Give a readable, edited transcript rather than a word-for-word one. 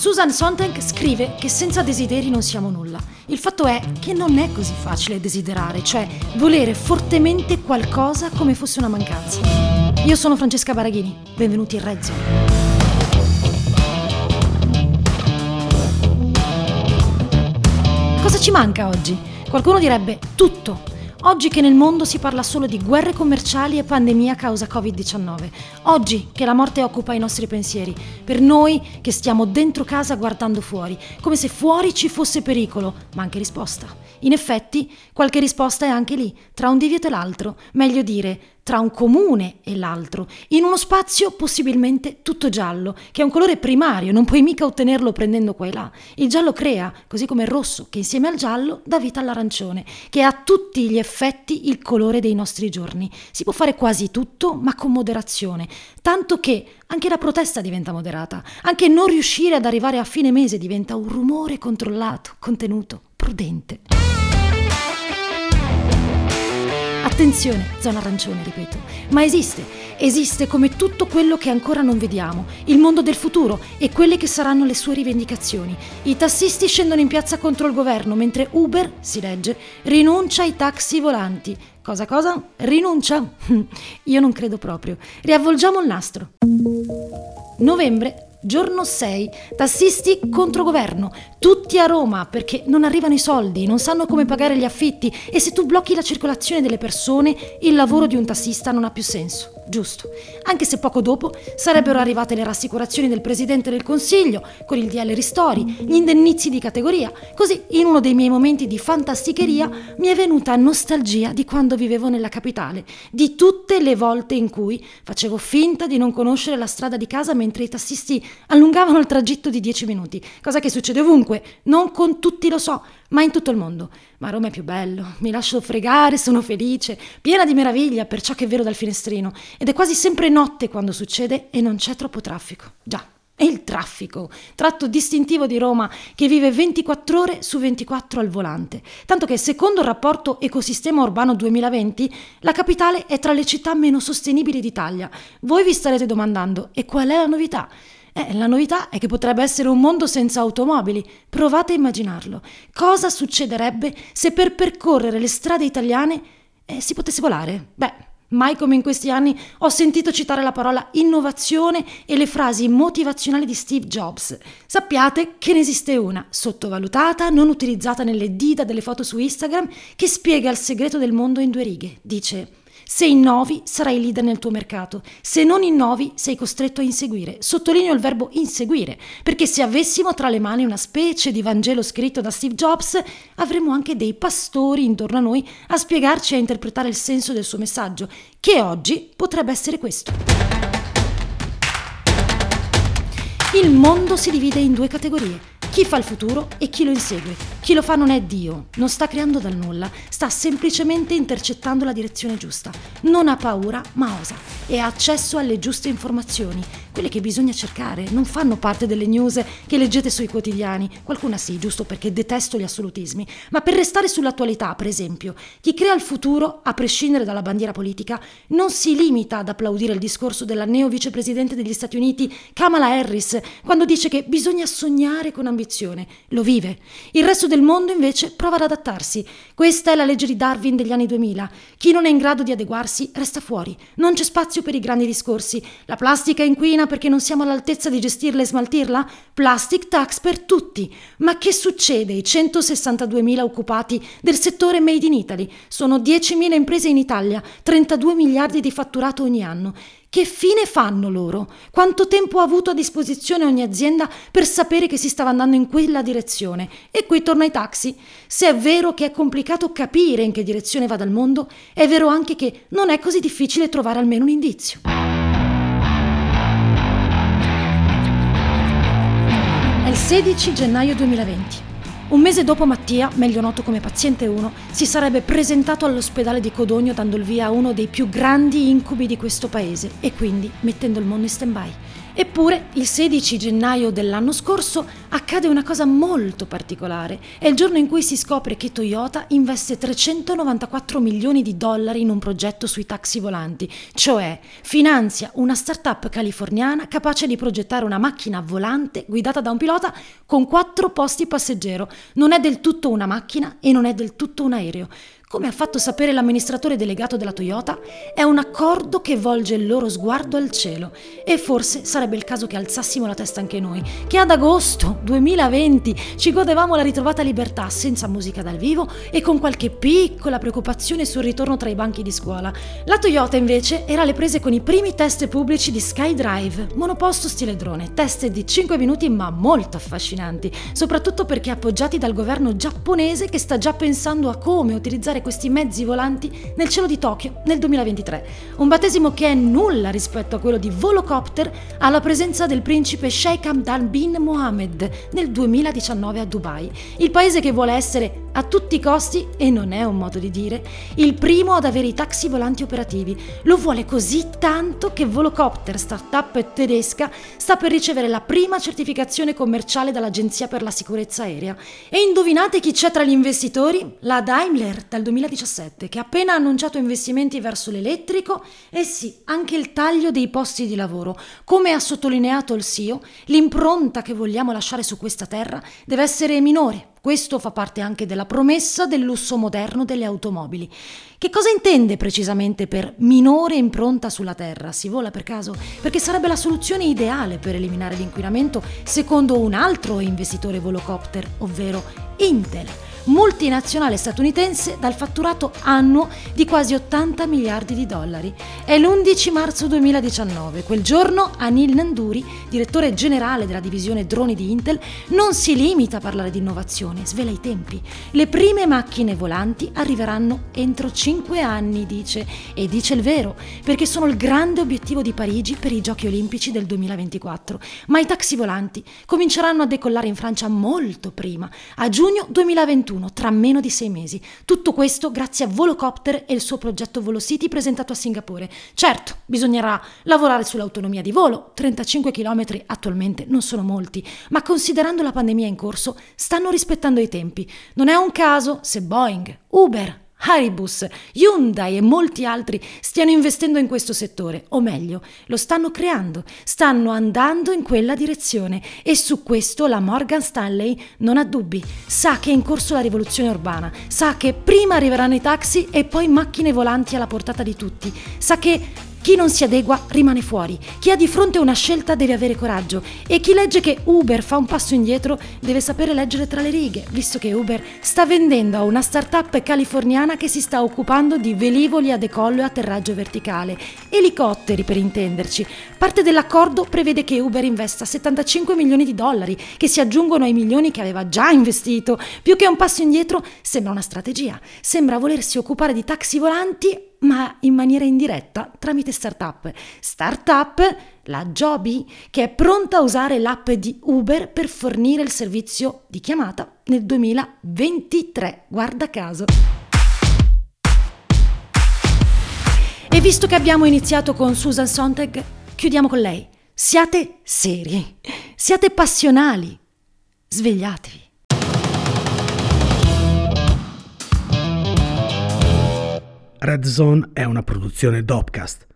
Susan Sontag scrive che senza desideri non siamo nulla. Il fatto è che non è così facile desiderare, cioè volere fortemente qualcosa come fosse una mancanza. Io sono Francesca Baraghini, benvenuti in Red Zone. Cosa ci manca oggi? Qualcuno direbbe tutto. Oggi che nel mondo si parla solo di guerre commerciali e pandemia a causa Covid-19. Oggi che la morte occupa i nostri pensieri. Per noi che stiamo dentro casa guardando fuori, come se fuori ci fosse pericolo, ma anche risposta. In effetti, qualche risposta è anche lì, tra un divieto e l'altro. Meglio dire, tra un comune e l'altro, in uno spazio possibilmente tutto giallo, che è un colore primario, non puoi mica ottenerlo prendendo qua e là. Il giallo crea, così come il rosso, che insieme al giallo dà vita all'arancione, che ha a tutti gli effetti il colore dei nostri giorni. Si può fare quasi tutto, ma con moderazione, tanto che anche la protesta diventa moderata, anche non riuscire ad arrivare a fine mese diventa un rumore controllato, contenuto, prudente. Attenzione, zona arancione, ripeto, ma esiste come tutto quello che ancora non vediamo, il mondo del futuro e quelle che saranno le sue rivendicazioni. I tassisti scendono in piazza contro il governo, mentre Uber, si legge, rinuncia ai taxi volanti. Cosa? Rinuncia? Io non credo proprio. Riavvolgiamo il nastro. Novembre. Giorno 6, tassisti contro governo, tutti a Roma perché non arrivano i soldi, non sanno come pagare gli affitti e se tu blocchi la circolazione delle persone, il lavoro di un tassista non ha più senso. Giusto, anche se poco dopo sarebbero arrivate le rassicurazioni del Presidente del Consiglio con il DL Ristori, gli indennizi di categoria, così in uno dei miei momenti di fantasticheria mi è venuta nostalgia di quando vivevo nella capitale, di tutte le volte in cui facevo finta di non conoscere la strada di casa mentre i tassisti allungavano il tragitto di 10 minuti, cosa che succede ovunque, non con tutti lo so, ma in tutto il mondo. Ma Roma è più bello, mi lascio fregare, sono felice, piena di meraviglia per ciò che vedo dal finestrino. Ed è quasi sempre notte quando succede e non c'è troppo traffico. Già, è il traffico, tratto distintivo di Roma che vive 24 ore su 24 al volante. Tanto che secondo il rapporto Ecosistema Urbano 2020, la capitale è tra le città meno sostenibili d'Italia. Voi vi starete domandando, e qual è la novità? La novità è che potrebbe essere un mondo senza automobili. Provate a immaginarlo. Cosa succederebbe se per percorrere le strade italiane si potesse volare? Mai come in questi anni ho sentito citare la parola innovazione e le frasi motivazionali di Steve Jobs. Sappiate che ne esiste una, sottovalutata, non utilizzata nelle dita delle foto su Instagram, che spiega il segreto del mondo in 2 righe. Dice: se innovi sarai leader nel tuo mercato, se non innovi sei costretto a inseguire. Sottolineo il verbo inseguire, perché se avessimo tra le mani una specie di Vangelo scritto da Steve Jobs, avremmo anche dei pastori intorno a noi a spiegarci e a interpretare il senso del suo messaggio, che oggi potrebbe essere questo. Il mondo si divide in 2 categorie. Chi fa il futuro e chi lo insegue. Chi lo fa non è Dio, non sta creando dal nulla, sta semplicemente intercettando la direzione giusta. Non ha paura, ma osa e ha accesso alle giuste informazioni, quelle che bisogna cercare, non fanno parte delle news che leggete sui quotidiani. Qualcuna sì, giusto perché detesto gli assolutismi, ma per restare sull'attualità, per esempio, chi crea il futuro, a prescindere dalla bandiera politica, non si limita ad applaudire il discorso della neo vicepresidente degli Stati Uniti, Kamala Harris, quando dice che bisogna sognare con ambizione. Lo vive. Il resto del mondo invece prova ad adattarsi. Questa è la legge di Darwin degli anni 2000. Chi non è in grado di adeguarsi resta fuori. Non c'è spazio per i grandi discorsi. La plastica inquina perché non siamo all'altezza di gestirla e smaltirla? Plastic tax per tutti. Ma che succede ai 162.000 occupati del settore Made in Italy? Sono 10.000 imprese in Italia, 32 miliardi di fatturato ogni anno. Che fine fanno loro? Quanto tempo ha avuto a disposizione ogni azienda per sapere che si stava andando in quella direzione? E qui torno ai taxi. Se è vero che è complicato capire in che direzione vada il mondo, è vero anche che non è così difficile trovare almeno un indizio. È il 16 gennaio 2020. Un mese dopo Mattia, meglio noto come Paziente 1, si sarebbe presentato all'ospedale di Codogno dando il via a uno dei più grandi incubi di questo paese e quindi mettendo il mondo in stand-by. Eppure, il 16 gennaio dell'anno scorso accade una cosa molto particolare. È il giorno in cui si scopre che Toyota investe 394 milioni di dollari in un progetto sui taxi volanti, cioè finanzia una startup californiana capace di progettare una macchina volante guidata da un pilota con 4 posti passeggero. Non è del tutto una macchina e non è del tutto un aereo. Come ha fatto sapere l'amministratore delegato della Toyota, è un accordo che volge il loro sguardo al cielo e forse sarebbe il caso che alzassimo la testa anche noi, che ad agosto 2020 ci godevamo la ritrovata libertà senza musica dal vivo e con qualche piccola preoccupazione sul ritorno tra i banchi di scuola. La Toyota invece era alle prese con i primi test pubblici di SkyDrive, monoposto stile drone, test di 5 minuti ma molto affascinanti, soprattutto perché appoggiati dal governo giapponese che sta già pensando a come utilizzare questi mezzi volanti nel cielo di Tokyo nel 2023. Un battesimo che è nulla rispetto a quello di Volocopter alla presenza del principe Sheikh Hamdan bin Mohammed nel 2019 a Dubai. Il paese che vuole essere a tutti i costi, e non è un modo di dire, il primo ad avere i taxi volanti operativi. Lo vuole così tanto che Volocopter, startup tedesca, sta per ricevere la prima certificazione commerciale dall'Agenzia per la sicurezza aerea. E indovinate chi c'è tra gli investitori? La Daimler dal 2017, che ha appena annunciato investimenti verso l'elettrico e sì, anche il taglio dei posti di lavoro. Come ha sottolineato il CEO, l'impronta che vogliamo lasciare su questa terra deve essere minore. Questo fa parte anche della promessa del lusso moderno delle automobili. Che cosa intende precisamente per minore impronta sulla terra? Si vola per caso? Perché sarebbe la soluzione ideale per eliminare l'inquinamento, secondo un altro investitore Volocopter, ovvero Intel, multinazionale statunitense dal fatturato annuo di quasi 80 miliardi di dollari. È l'11 marzo 2019. Quel giorno Anil Nanduri, direttore generale della divisione droni di Intel, non si limita a parlare di innovazione, svela i tempi. Le prime macchine volanti arriveranno entro 5 anni, dice, e dice il vero, perché sono il grande obiettivo di Parigi per i Giochi Olimpici del 2024. Ma i taxi volanti cominceranno a decollare in Francia molto prima, a giugno 2021, tra meno di 6 mesi. Tutto questo grazie a Volocopter e il suo progetto VoloCity presentato a Singapore. Certo, bisognerà lavorare sull'autonomia di volo. 35 km attualmente non sono molti, ma considerando la pandemia in corso, stanno rispettando i tempi. Non è un caso se Boeing, Uber, Airbus, Hyundai e molti altri stiano investendo in questo settore, o meglio, lo stanno creando, stanno andando in quella direzione e su questo la Morgan Stanley non ha dubbi, sa che è in corso la rivoluzione urbana, sa che prima arriveranno i taxi e poi macchine volanti alla portata di tutti, sa che chi non si adegua rimane fuori, chi ha di fronte una scelta deve avere coraggio e chi legge che Uber fa un passo indietro deve sapere leggere tra le righe, visto che Uber sta vendendo a una startup californiana che si sta occupando di velivoli a decollo e atterraggio verticale, elicotteri per intenderci. Parte dell'accordo prevede che Uber investa 75 milioni di dollari, che si aggiungono ai milioni che aveva già investito. Più che un passo indietro sembra una strategia, sembra volersi occupare di taxi volanti ma in maniera indiretta tramite startup, la Joby, che è pronta a usare l'app di Uber per fornire il servizio di chiamata nel 2023, guarda caso. E visto che abbiamo iniziato con Susan Sontag, chiudiamo con lei. Siate seri, siate passionali, svegliatevi. Red Zone è una produzione Dopcast.